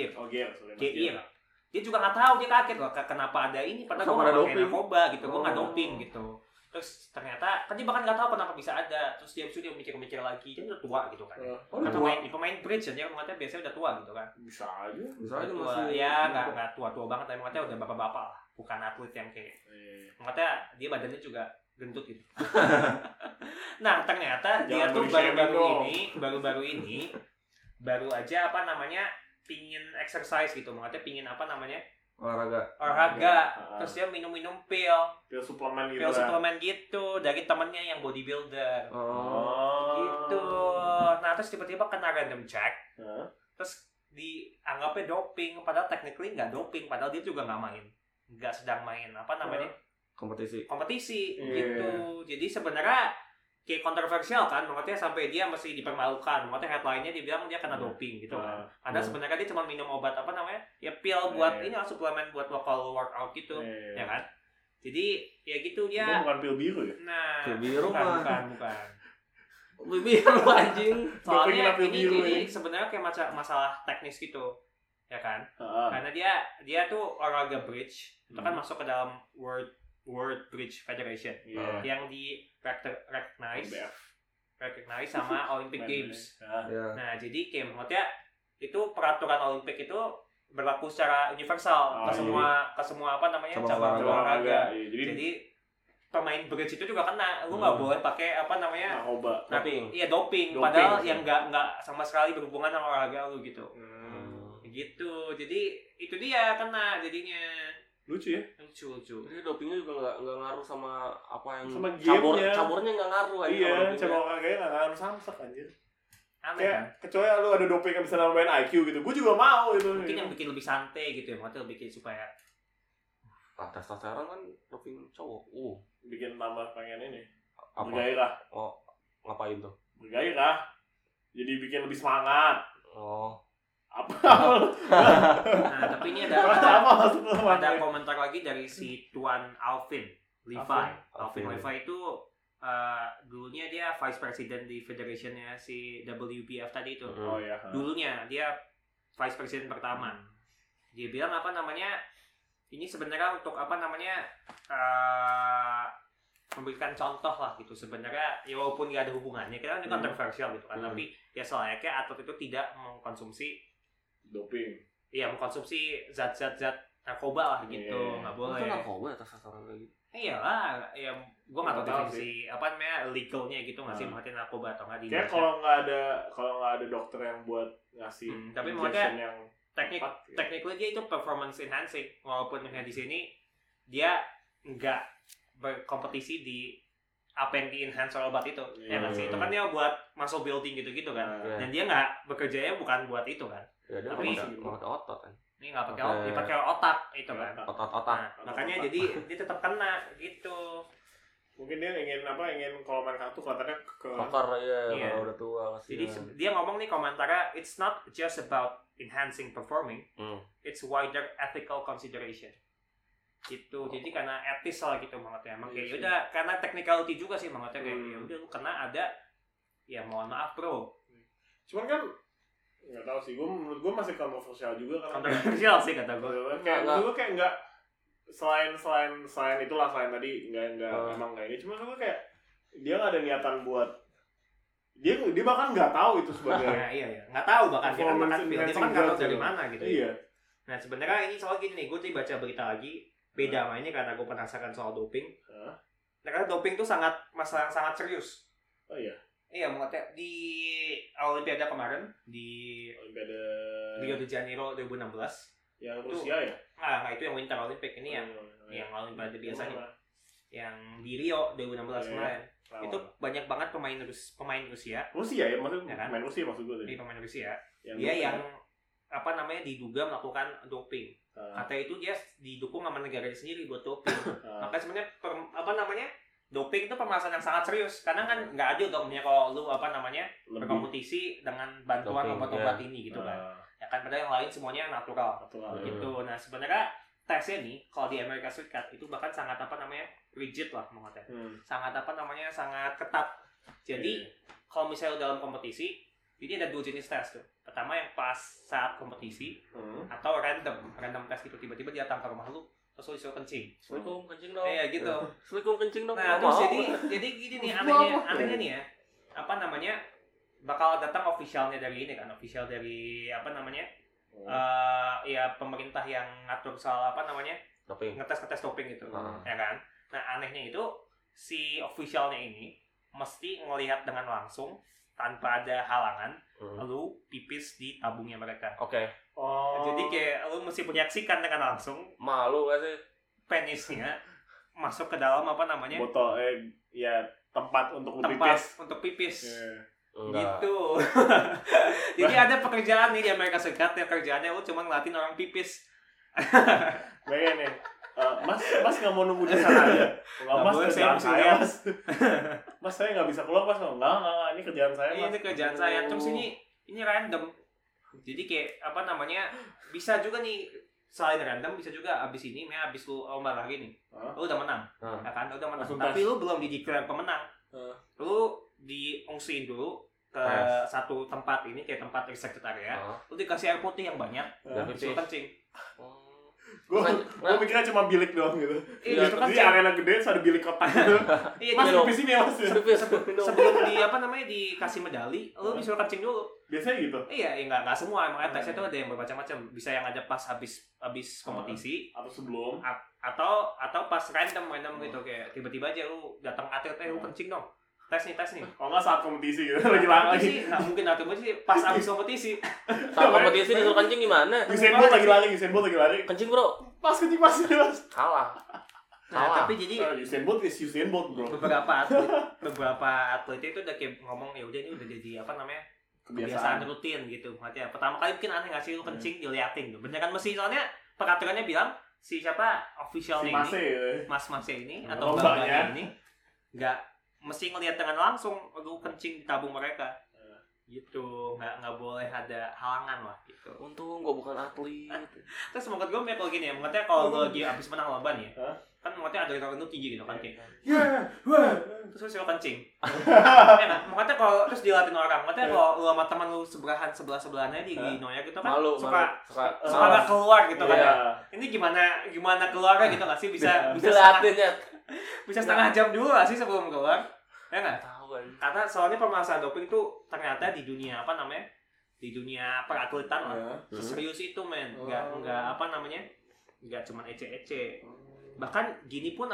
Dia juga nggak tahu, dia kaget loh kenapa ada ini padahal gue nggak pakai narkoba gitu, gue nggak doping gitu. Terus ternyata kan dia bahkan nggak tahu kenapa bisa ada. Terus dia mikir lagi, dia udah tua gitu kan. Kan pemain bridge dia katanya biasanya udah tua gitu kan. Bisa aja masih. Ya nggak tua banget, tapi katanya udah bapak-bapak lah, bukan atlet yang kayak. Katanya dia badannya juga gendut gitu. Nah ternyata dia tuh baru-baru ini baru aja pingin exercise gitu, makanya pingin olahraga. Terus dia minum pil suplemen gitu dari temennya yang bodybuilder. Gitu. Nah terus tiba-tiba kena random check. Terus dianggapnya doping, padahal technically nggak doping, padahal dia juga nggak sedang main kompetisi gitu. Jadi sebenarnya kayak kontroversial kan, maksudnya sampai dia masih dipermalukan, maksudnya headline-nya dibilang dia kena doping gitu kan. Padahal sebenarnya dia cuma minum obat ya pil buat ini suplemen buat local workout gitu, ya kan. Jadi ya gitu dia. Bukan pil biru ya? Nah, pil biru bukan. Pil biru anjing. Soalnya ini sebenarnya kayak masalah teknis gitu, ya kan. Karena dia tuh olahraga bridge itu kan masuk ke dalam World Bridge Federation yang di recognize sama Olympic Games. Nah, jadi kayak maksudnya itu peraturan Olimpik itu berlaku secara universal ke semua cabang olahraga. Jadi pemain bridge itu juga kena, lu nggak boleh pakai doping, padahal yang nggak sama sekali berhubungan sama olahraga lu gitu. Gitu, jadi itu dia kena jadinya. Lucu ya? Lucu. Jadi dopingnya juga nggak ngaruh sama apa yang sama caburnya nggak ngaruh aja. Iya, cabang olahraganya nggak ngaruh samsak anjir. Aneh kan? Kecuali lu ada doping yang bisa nambahin IQ gitu, gue juga mau itu. Mungkin yang bikin lebih santai gitu ya, maksudnya bikin supaya testosteron kan doping cowok. Bikin tambah pengen ini. Apa? Bergairah. Ngapain tuh? Bergairah. Jadi bikin lebih semangat. Apa? Nah, tapi ini ada komentar lagi dari si Tuan Alvin Levi. Alvin Levi itu dulunya dia vice president di federationnya si WBF tadi itu. Oh ya. Dulunya dia vice president pertama. Dia bilang apa namanya, ini sebenarnya untuk apa namanya memberikan contoh lah gitu sebenarnya, ya walaupun nggak ada hubungannya, kita kan ini kontroversial gitu kan, tapi ya selayaknya atlet itu tidak mengkonsumsi doping. Iya, mengkonsumsi zat narkoba lah gitu, nggak boleh. Itu narkoba atas orang kayak gitu. Iyalah, ya gue nggak tahu definisi apa namanya legalnya gitu nggak sih, maksudnya narkoba atau nggak di Indonesia. Kayak kalau nggak ada dokter yang buat ngasih tapi maksudnya technically dia itu performance enhancing, walaupun di sini dia nggak berkompetisi di apa yang di enhance oleh obat itu, ya nggak sih? Itu kan dia buat muscle building gitu-gitu kan, dan dia nggak bekerjanya bukan buat itu kan, ya, tapi pakai otot kan. Ini nggak pakai otot, dipakai otak itu kan. Otot. Nah, makanya jadi dia tetap kena gitu. Mungkin dia ingin kalau main kartu kelihatannya kokor ya, kalau udah tua. Jadi dia ngomong nih komentarnya, it's not just about enhancing performing, it's wider ethical consideration. Gitu. Jadi karena etis lah gitu maksudnya. Emang kayak udah karena technicality juga sih maksudnya kayak ya udah lu kena ada, ya mohon maaf bro. Cuman kan nggak tahu sih, menurut gue masih kontroversial juga kan. Kontroversial sih kata gue. Kayak gue kayak nggak selain itulah, selain tadi nggak emang kayak ini. Cuma gue kayak dia nggak ada niatan buat dia bahkan nggak tahu itu sebagai iya nggak tahu bahkan dia kan nggak tahu dari mana gitu. Iya. Nah sebenarnya ini soal gini nih, gue tadi baca berita lagi beda sama ini karena gue penasaran soal doping. Karena doping tuh masalah yang sangat serius. Oh iya. Iya, maksudnya di Olimpiade kemarin di Olimpiade Rio de Janeiro 2016. Yang Rusia ya? Nggak, itu yang Winter Olympic, ini yang Olimpiade biasanya. Yang di Rio 2016 kemarin. Itu banyak banget pemain Rusia. Rusia ya, maksudnya kan? Pemain Rusia maksud gue tadi. Pemain Rusia. Dia yang apa namanya diduga melakukan doping. Katanya itu dia didukung sama negaranya sendiri buat doping. Makanya sebenarnya apa namanya? Doping itu permasalahan yang sangat serius karena kan nggak adil dong kalau lu apa namanya berkompetisi dengan bantuan obat-obat ini gitu kan. Ya kan padahal yang lain semuanya natural gitu. Nah sebenarnya tesnya nih kalau di Amerika Serikat itu bahkan sangat apa namanya rigid lah menurutnya. Sangat apa namanya sangat ketat. Jadi kalau misalnya dalam kompetisi ini ada 2 jenis tes tuh. Pertama yang pas saat kompetisi atau random tes gitu, tiba-tiba dia datang ke rumah lu terus lu disuruh kencing. Assalamualaikum kencing dong. Iya gitu. Assalamualaikum kencing dong. Nah terus jadi gini nih anehnya nih ya, apa namanya bakal datang officialnya dari ini kan, official dari apa namanya ya pemerintah yang ngatur soal apa namanya doping, ngetes doping gitu, ya kan. Nah anehnya itu si officialnya ini mesti ngelihat dengan langsung tanpa ada halangan lu pipis di tabungnya mereka. Oke. Jadi kayak lu mesti menyaksikan dengan langsung. Malu gak sih? Penisnya masuk ke dalam apa namanya? Botol ya tempat untuk pipis. Untuk pipis. Enggak. Gitu. Jadi ada pekerjaan nih di Amerika Serikat yang kerjaannya lu cuma ngeliatin orang pipis. Bayangin nih. Mas nggak mau nunggu di sana aja. Mas kerjaan saya mas. Mas saya nggak bisa keluar mas. Nggak ini kerjaan saya mas. Ini kerjaan saya. Terus ini random. Jadi kayak apa namanya bisa juga nih selain random bisa juga abis ini, abis lu lomba lagi nih, lu udah menang, ya kan? Lu udah menang. Tapi lu belum di-declare pemenang. Lu diungsiin dulu ke satu tempat ini kayak tempat restricted area. Lu dikasih air putih yang banyak. Disuruh kencing. Gue mikirnya cuma bilik doang gitu. Iya, itu kan di arena gede terus ada bilik kotak gitu. Mas di sini ya mas. Sebelum di apa namanya dikasih medali, lu disuruh kencing dulu. Biasanya gitu. Iya, nggak semua. Makanya tesnya itu ada yang bermacam-macam. Bisa yang ada pas habis kompetisi atau sebelum atau pas random gitu kayak tiba-tiba aja lu datang atlet lu kencing dong. Tes nih. Kalau nggak saat kompetisi gitu, lagi. Nggak mungkin atau kompetisi, pas abis kompetisi. Saat kompetisi disuruh kencing gimana? Usain Bolt lagi lari. Kencing bro. Pas. Kalah. Nah, tapi jadi Usain Bolt bro. Beberapa atlet itu udah kayak ngomong ya udah ini udah jadi apa namanya kebiasaan rutin gitu. Maksudnya pertama kali mungkin aneh nggak sih lu kencing diliatin tuh. Bener kan mesti soalnya peraturannya bilang si siapa officialnya ini, Mas ini atau mbaknya ini nggak mesti ngelihat dengan langsung lu kencing di tabung mereka gitu, nggak boleh ada halangan lah gitu. Untung gue bukan atlet. Terus menurut gue kayak gini ya, maksudnya kalau lu lagi abis menang lomba nih ya, kan maksudnya adrenalin itu tinggi gitu kan kayak wah terus suka kencing. Enak, makanya kalau terus dilatih orang, makanya kalau lu sama teman lu sebelahannya di Noya gitu kan suka nggak keluar gitu kan. Ini gimana keluarnya gitu nggak sih bisa setengah jam dulu nggak sih sebelum keluar? Ya nggak? Karena soalnya permasalahan doping itu ternyata di dunia di dunia peratletan lah serius itu men, nggak cuma ece-ece. Bahkan gini pun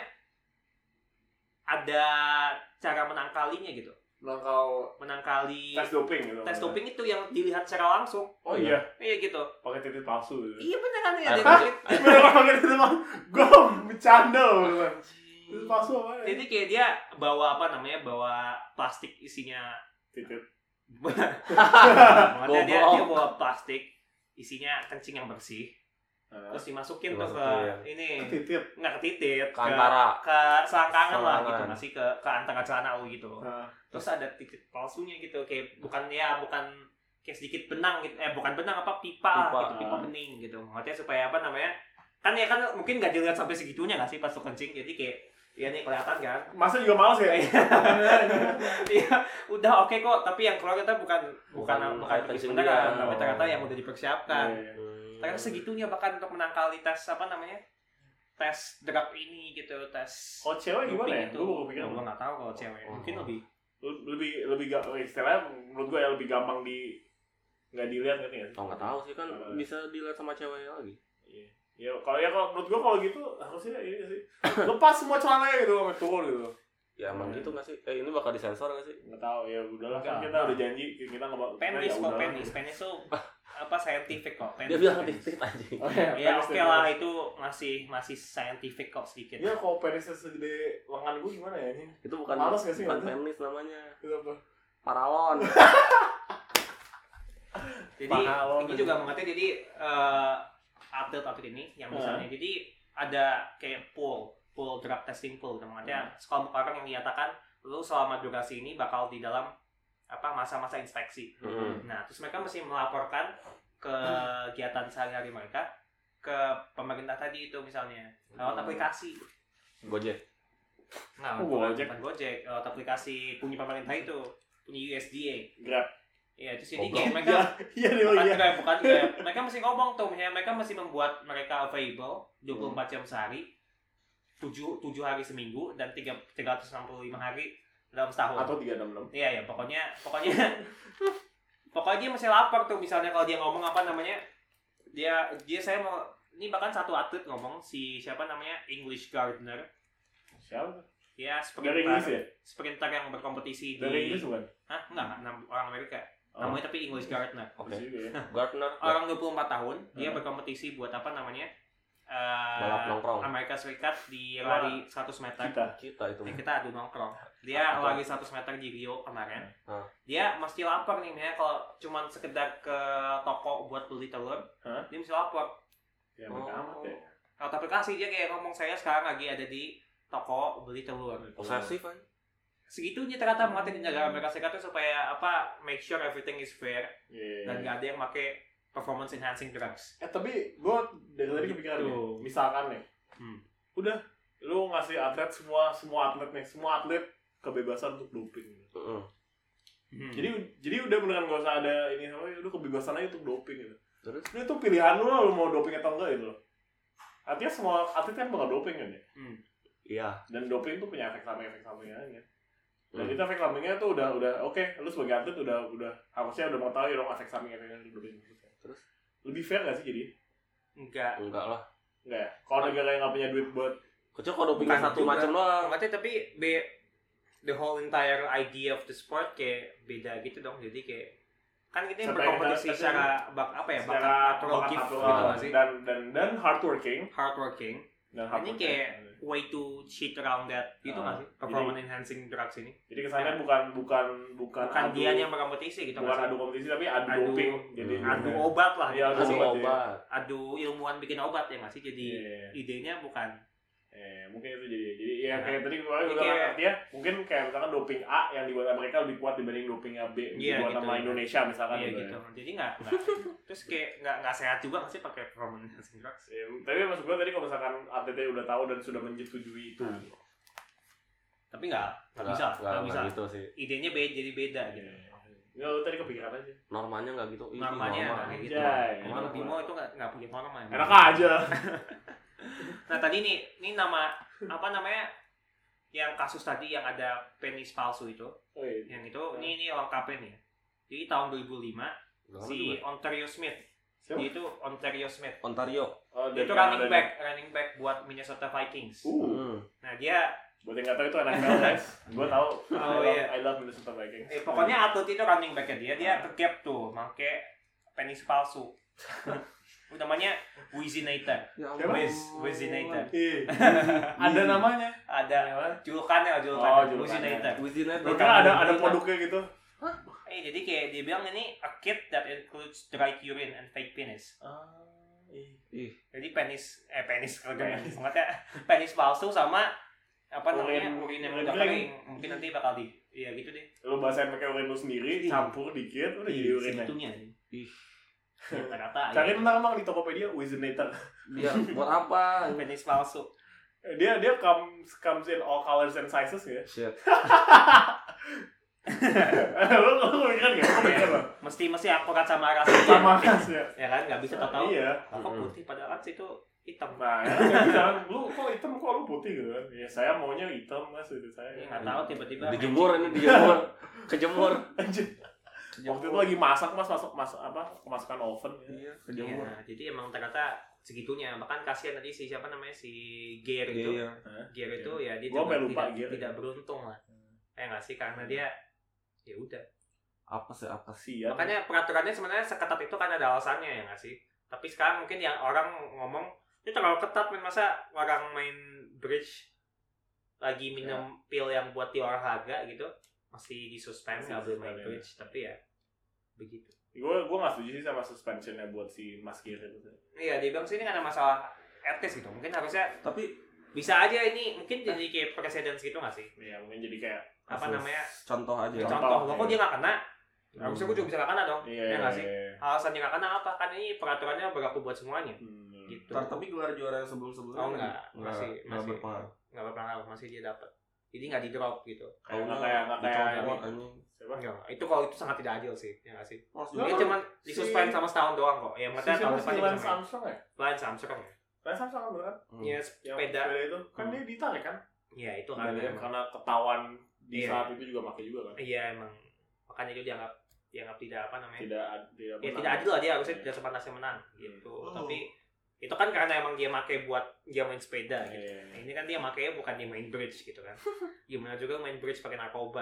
ada cara menangkalinya gitu. Menangkali tes doping gitu. Tes doping itu yang dilihat secara langsung. Oh iya. Iya gitu. Pakai titik palsu gitu. Iya beneran ya. Beneran pakai titik palsu. Gue bercanda loh. Titik palsu apa? Jadi kayak dia bawa bawa plastik isinya titik. Makanya dia bawa plastik isinya kencing yang bersih. Terus dimasukin tuh ke ini nggak ke titit ke selangkangan lah gitu masih ke antara celana lu gitu. Terus ada titik palsunya gitu kayak bukan kayak sedikit benang gitu bukan benang pipa gitu pipa bening gitu. Maksudnya supaya kan mungkin nggak dilihat sampai segitunya nggak sih pas lu kencing jadi kayak ya nih kelihatan kan. Masa juga males ya? Iya, udah oke kok tapi yang keluar kita bukan kencing beneran tapi ternyata yang udah dipersiapkan. Ternyata segitunya bahkan untuk menangkali tes tes drug ini gitu tes. Oh cewek gimana ya? Gue baru pikir. Gue nggak tahu kalau cewek mungkin lebih istilahnya menurut gue ya lebih gampang nggak dilihat kan ya? Nggak tahu sih kan bisa dilihat sama cewek lagi. Ya kalau menurut gue kalau gitu harusnya ini sih lepas semua celananya gitu sampai turun gitu. Ya emang gitu nggak sih? Ini bakal disensor nggak sih? Nggak tahu ya udahlah kan kita udah janji kita nggak bakal. Penis tuh scientific kok. Dia bilang titik aja. Ya oke lah itu masih scientific kok sedikit. Ya kalau penisnya segede lengan gue gimana ya ini? Itu bukan penis namanya. Itu apa? Paralon. Jadi ini juga mengerti jadi atlet ini yang misalnya jadi ada kayak pool drug testing pool namanya sekelompok orang yang menyatakan lu selama durasi ini bakal di dalam masa-masa inspeksi. Nah, terus mereka mesti melaporkan kegiatan sehari-hari mereka ke pemerintah tadi itu misalnya lewat aplikasi Gojek. Nah, bukan Gojek, lewat aplikasi punya pemerintah itu, punya USDA. Grab. Iya, terus jadi kayak mereka bukan mereka mesti ngomong tuh, misalnya mereka mesti membuat mereka available 24 jam sehari, 7 hari seminggu dan 365 hari dalam setahun. Atau 366. Iya, pokoknya dia mesti lapor tuh misalnya kalau dia ngomong dia saya mau ini bahkan satu atlet ngomong siapa namanya English Gardner. Siapa? Ya, sprinter yang berkompetisi dari Inggris bukan? Hah? Enggak, orang Amerika. Namanya tapi English Gardner. Oke. Gardner. Orang 24 tahun, dia berkompetisi buat balap nongkrong. Amerika Serikat di lari 100 meter. Kita itu. Kita adu nongkrong. Dia lari 100 meter di Rio kemarin. Dia mesti lapor nih, misalnya kalau cuma sekedar ke toko buat beli telur, dia mesti lapor. Ya, amat ya. Kalau aplikasi dia kayak ngomong saya sekarang lagi ada di toko beli telur. Posesif kan? Segitunya ternyata mengerti di negara Amerika Serikat itu supaya make sure everything is fair dan nggak ada yang pakai performance enhancing drugs. Tapi gue dari tadi kepikiran nih, misalkan nih, udah lu ngasih atlet semua atlet kebebasan untuk doping. Jadi udah beneran gak usah ada ini udah kebebasan aja untuk doping gitu. Terus itu pilihan lu lah lu mau doping atau enggak gitu loh. Artinya semua atlet kan bakal doping kan ya. Iya. Dan doping tuh punya efek sampingnya aja. Dan itu efek sampingnya tuh udah oke, lu sebagai atlet udah harusnya udah mengetahui dong efek sampingnya doping. Terus lebih fair gak sih jadi? Enggak lah. Enggak ya? Kalau negara yang gak punya duit buat kecuali kalau dopingnya satu macam doang. Enggak, tapi the whole entire idea of the sport kayak beda gitu dong. Jadi kayak kan kita berkompetisi secara bakat natural gift gitu gak sih? Dan hardworking. Ini kayak way to cheat around that gitu nggak sih performance enhancing drugs ini? Jadi kesannya bukan dia yang berkompetisi gitu. Bukan adu kompetisi tapi adu doping. Jadi adu obat lah. Iya, adu ilmuwan bikin obat ya nggak sih? Jadi idenya bukan Mungkin itu jadi ya kayak tadi gue bilang artinya mungkin kayak misalkan doping A yang dibuat Amerika lebih kuat dibanding doping B dibuat gitu, sama Indonesia misalkan gitu. Jadi nggak terus kayak nggak sehat juga nggak sih pakai performance enhancing drugs. Tapi maksud gue tadi kalau misalkan atletnya udah tahu dan sudah menyetujui itu tapi nggak bisa gitu sih. Idenya jadi beda gitu. Ya lu tadi kepikiran aja. Normanya nggak gitu. Normanya nggak gitu. Kalau Bimo itu nggak punya norma. Enak aja. Nah tadi ini nama apa namanya yang kasus tadi yang ada penis palsu itu. Yang itu ini lengkapnya nih. Jadi tahun 2005 si Ontario Smith. Dia itu Ontario Smith. Dia itu running back buat Minnesota Vikings. Nah dia buat yang nggak tahu itu NFL guys, gue tahu. I love Minnesota Vikings. Pokoknya atlet itu running backnya dia ke-cap tuh, make penis palsu. Namanya Wizinator. Wizinator. Ada namanya. Ada julukannya. Wizinator. Ada produknya gitu. Jadi kayak dia bilang ini a kit that includes dried urine and fake penis. Jadi penis palsu sama urin yang udah kering. Mungkin nanti bakal gitu deh. Lu basahin pakai urin lu sendiri, campur dikit udah jadi urinnya. Segitunya. Kata-kata. Cari ntar emang di Tokopedia Wizinator. Dia buat apa? Penis palsu. Dia comes in all colors and sizes ya. Shit. Lu kan enggak? Mesti akurat sama rasnya. Sama rasnya. Ya kan enggak bisa tahu. Iya. Kok putih padahal kan itu hitam. Nah, ya enggak bisa. Lu kok hitam kok lu putih gitu kan. Ya saya maunya hitam Mas itu saya. Ya enggak tahu tiba-tiba dijemur. Kejemur. Waktu itu lagi masak Mas, kemasukan oven. Iya, kejemur. Iya, jadi emang ternyata segitunya. Bahkan kasihan tadi si Gear itu. Gear itu ya dia juga tidak beruntung lah. Nggak sih karena dia ya udah. Apa sih? Makanya peraturannya sebenarnya seketat itu kan ada alasannya ya nggak sih. Tapi sekarang mungkin yang orang ngomong ini terlalu ketat, masa orang main bridge lagi minum pil yang buat di olahraga gitu masih disuspend nggak boleh main bridge. Tapi ya begitu. Gue nggak setuju sih sama suspensionnya buat si Mas Gear itu. Iya, dia bilang sih ini nggak ada masalah etis gitu. Mungkin harusnya tapi bisa aja ini mungkin jadi kayak precedence gitu nggak sih? Iya, mungkin jadi kayak contoh aja. Contoh kok dia nggak kena. Harusnya gue juga bisa nggak kena dong. Iya nggak sih? Alasannya nggak kena apa? Kan ini peraturannya berlaku buat semuanya. Gitu. Tapi gelar juara yang sebelum-sebelumnya masih berpengaruh. Nggak berpengaruh, masih dia dapat. Jadi nggak di drop gitu. Nggak kayak itu kalau itu sangat tidak adil sih, ya nggak sih? Dia cuma disuspend sama setahun doang kok. Ya maksudnya tahun depan Lance Armstrong ya? Lance Armstrong ya. Lance Armstrong kan beneran? Iya, sepeda itu kan dia ditarik kan? Iya itu kan. Karena ketahuan di saat itu juga pakai juga kan? Iya emang. Makanya itu dianggap tidak apa namanya? Tidak adil lah, dia harusnya tidak sepantasnya menang gitu. Tapi itu kan karena emang dia pakai buat dia main sepeda gitu. Nah, ini kan dia makanya bukan dia main bridge gitu kan. Gimana juga main bridge pakai narkoba.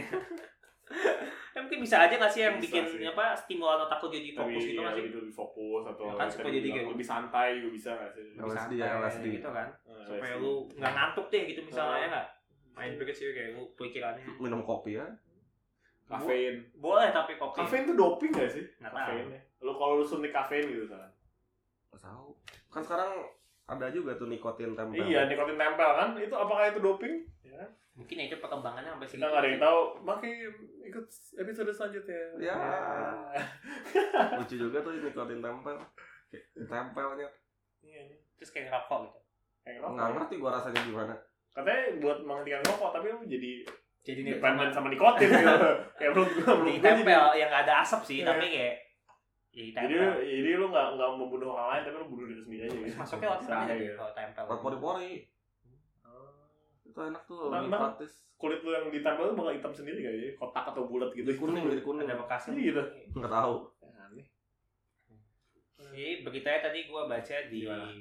Ya mungkin bisa aja nggak sih yang bikin stimulan otak lu jadi fokus gitu nggak sih? Itu lebih fokus atau kan supaya jadi kayak lebih santai juga bisa nggak sih? Lebih santai gitu kan. Supaya lu nggak ngantuk deh gitu misalnya ya nggak. Main bridge sih kayak lu pikirannya. Minum kopi ya. Kafein. Boleh tapi kopi. Kafein tuh doping nggak sih? Nggak tahu. Lu kalau lu suntik kafein gitu kan? Nggak tahu. Kan sekarang ada juga tuh nikotin tempel. Iya, nikotin tempel kan? Itu apakah itu doping? Ya. Mungkin itu perkembangannya sampai segitu. Kita nggak ada yang tahu. Makin ikut episode selanjutnya. Ya. Lucu juga tuh nikotin tempel. Tempelnya. Iya. Terus kayak ngerokok gitu. Nggak ngerti gua rasanya gimana. Katanya buat menghentikan rokok, tapi lu jadi dependent sama nikotin gitu. Kayak menurut gua tempel yang nggak ada asap sih, tapi kayak jadi lu nggak membunuh orang lain, tapi lu bunuh diri sendiri aja gitu. Masuknya lewat mana gitu kalau tempel. Lewat pori-pori. Itu enak tuh, lebih praktis. Kulit lu yang ditempel bakal hitam sendiri gak ya? Kotak atau bulat gitu. Jadi kuning. Ada bekasnya. Gitu. Nggak tahu. Aneh. Jadi beritanya tadi gue baca di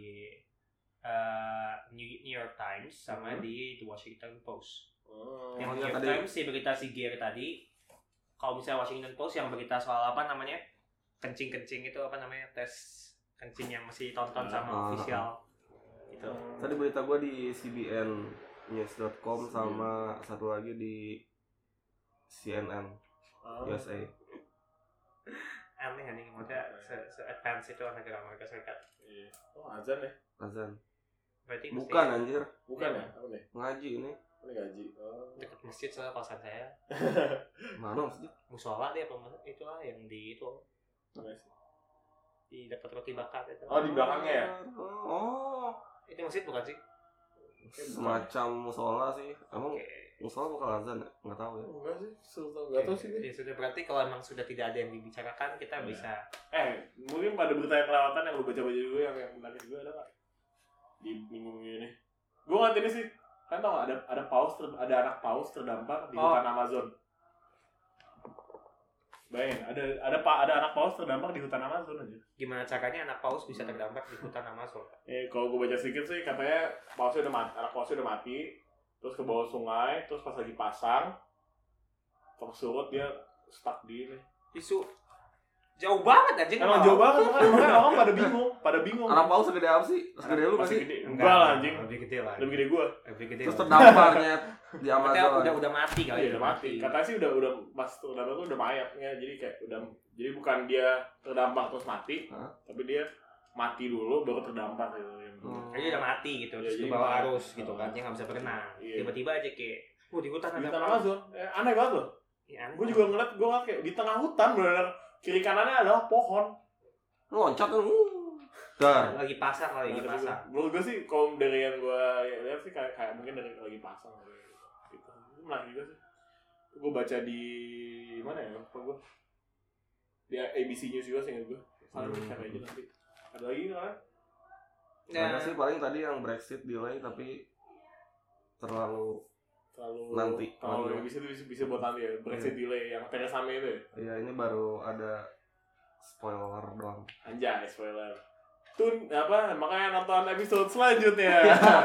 New York Times sama di The Washington Post. Yang New York Times sih berita si Gear tadi. Kalau misalnya Washington Post yang berita soal apa namanya kencing itu apa namanya tes kencing yang masih tonton sama official gitu. Tadi berita gue di cbnnews.com sama satu lagi di CNN USA. Aneh maksudnya se-advance itu negara Amerika Serikat. Azan ya? Azan. Berarti Bukan anjir. Bukan ya? Apa nih? Ngaji ini. Ini gaji. Oh. dekat masjid soalnya kosan saya. Mana maksudnya? Musola dia apa itulah yang di itu Mana sih? di dekat roti bakar itu. Oh, di belakangnya ya? Oh. Itu masjid bukan sih? Semacam musola sih. Emang Oke. musola bukan azan ya? Enggak tahu ya. Enggak sih, enggak tahu sih. Ya sudah, berarti kalau emang sudah tidak ada yang dibicarakan kita bisa. Mungkin pada berita yang kelewatan yang lu baca-baca juga yang menarik juga ada nggak di minggu ini? Gue nggak ini sih, kan tau nggak ada anak paus terdampar di hutan Amazon. Bayangin, ada anak paus terdampar di hutan Amazon aja. Gimana caranya anak paus bisa terdampar di hutan Amazon? Kalau gue baca sedikit sih katanya anak pausnya udah mati, terus ke bawah sungai, terus pas lagi pasang, terus surut dia stuck di ini. Isu jauh banget anjing. Emang jauh banget, makanya orang pada bingung. Anak paus segede apa sih? Segede lu masih masih? gede. Enggak lah anjing. Lebih gede lah. Lebih gede gue. Lebih gede. Terus terdamparnya di Amazon. Udah mati kali. Iya, udah mati. Katanya sih udah pas terdampar tuh udah mayatnya. Jadi bukan dia terdampar terus mati, tapi dia mati dulu baru terdampar gitu. Jadi udah mati gitu, terus jadi ke bawah mati. arus gitu kan, dia nggak bisa berenang. Iya. Tiba-tiba aja kayak, di hutan Di ada hutan apa? Amazon, aneh banget loh. Ya, Gue juga ngeliat kayak di tengah hutan benar kiri kanannya adalah pohon. Loncat tuh. Dar. lagi pasang kali, lagi pasang. Menurut gue sih, kalau dari yang gue lihat sih kayak mungkin dari lagi pasang gitu. Itu menarik juga sih. Gue baca di mana ya? Apa gue? Di ABC News juga sih gue. Salah cari aja nanti. Ada lagi kan? Ada sih paling tadi yang Brexit delay tapi terlalu nanti. Kalau bisa buat nanti ya. Brexit delay yang Theresa May itu ya. Iya, ini baru ada spoiler doang. Anjay, spoiler. Tuh makanya nonton episode selanjutnya.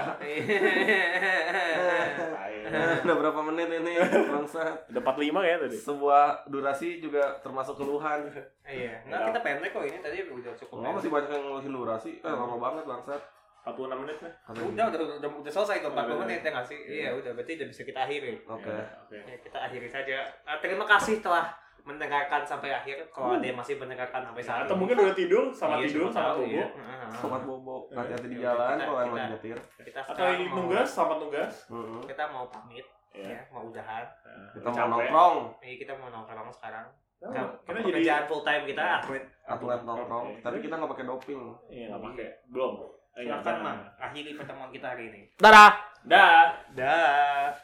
Udah berapa menit ini bangsa? Udah 45 ya tadi. Sebuah durasi juga termasuk keluhan. Iya, enggak kita pendek kok ini tadi udah cukup. Enggak, masih banyak yang ngeluhin durasi. Lama banget bangsat. 46 menit nih. Udah selesai kok 40 menit ya nggak sih? Iya, udah berarti udah bisa kita akhiri. Oke. Ya, kita akhiri saja. Terima kasih telah mendengarkan sampai akhir. Kalau ada yang masih mendengarkan sampai saat atau ini. mungkin udah tidur sama bobo. Iya. Selamat bobo. Hati-hati di jalan kalau yang lagi nyetir. Atau yang nunggas sama tugas. Kita mau pamit. Ya, mau udahan. Kita mau nongkrong. Iya, kita mau nongkrong sekarang. Kita jadi pekerjaan full time kita atlet nongkrong. Tapi kita nggak pakai doping. Iya, nggak pakai. Belum. Silakan, Mang. Akhiri pertemuan kita hari ini. Dadah. Dah. Dah.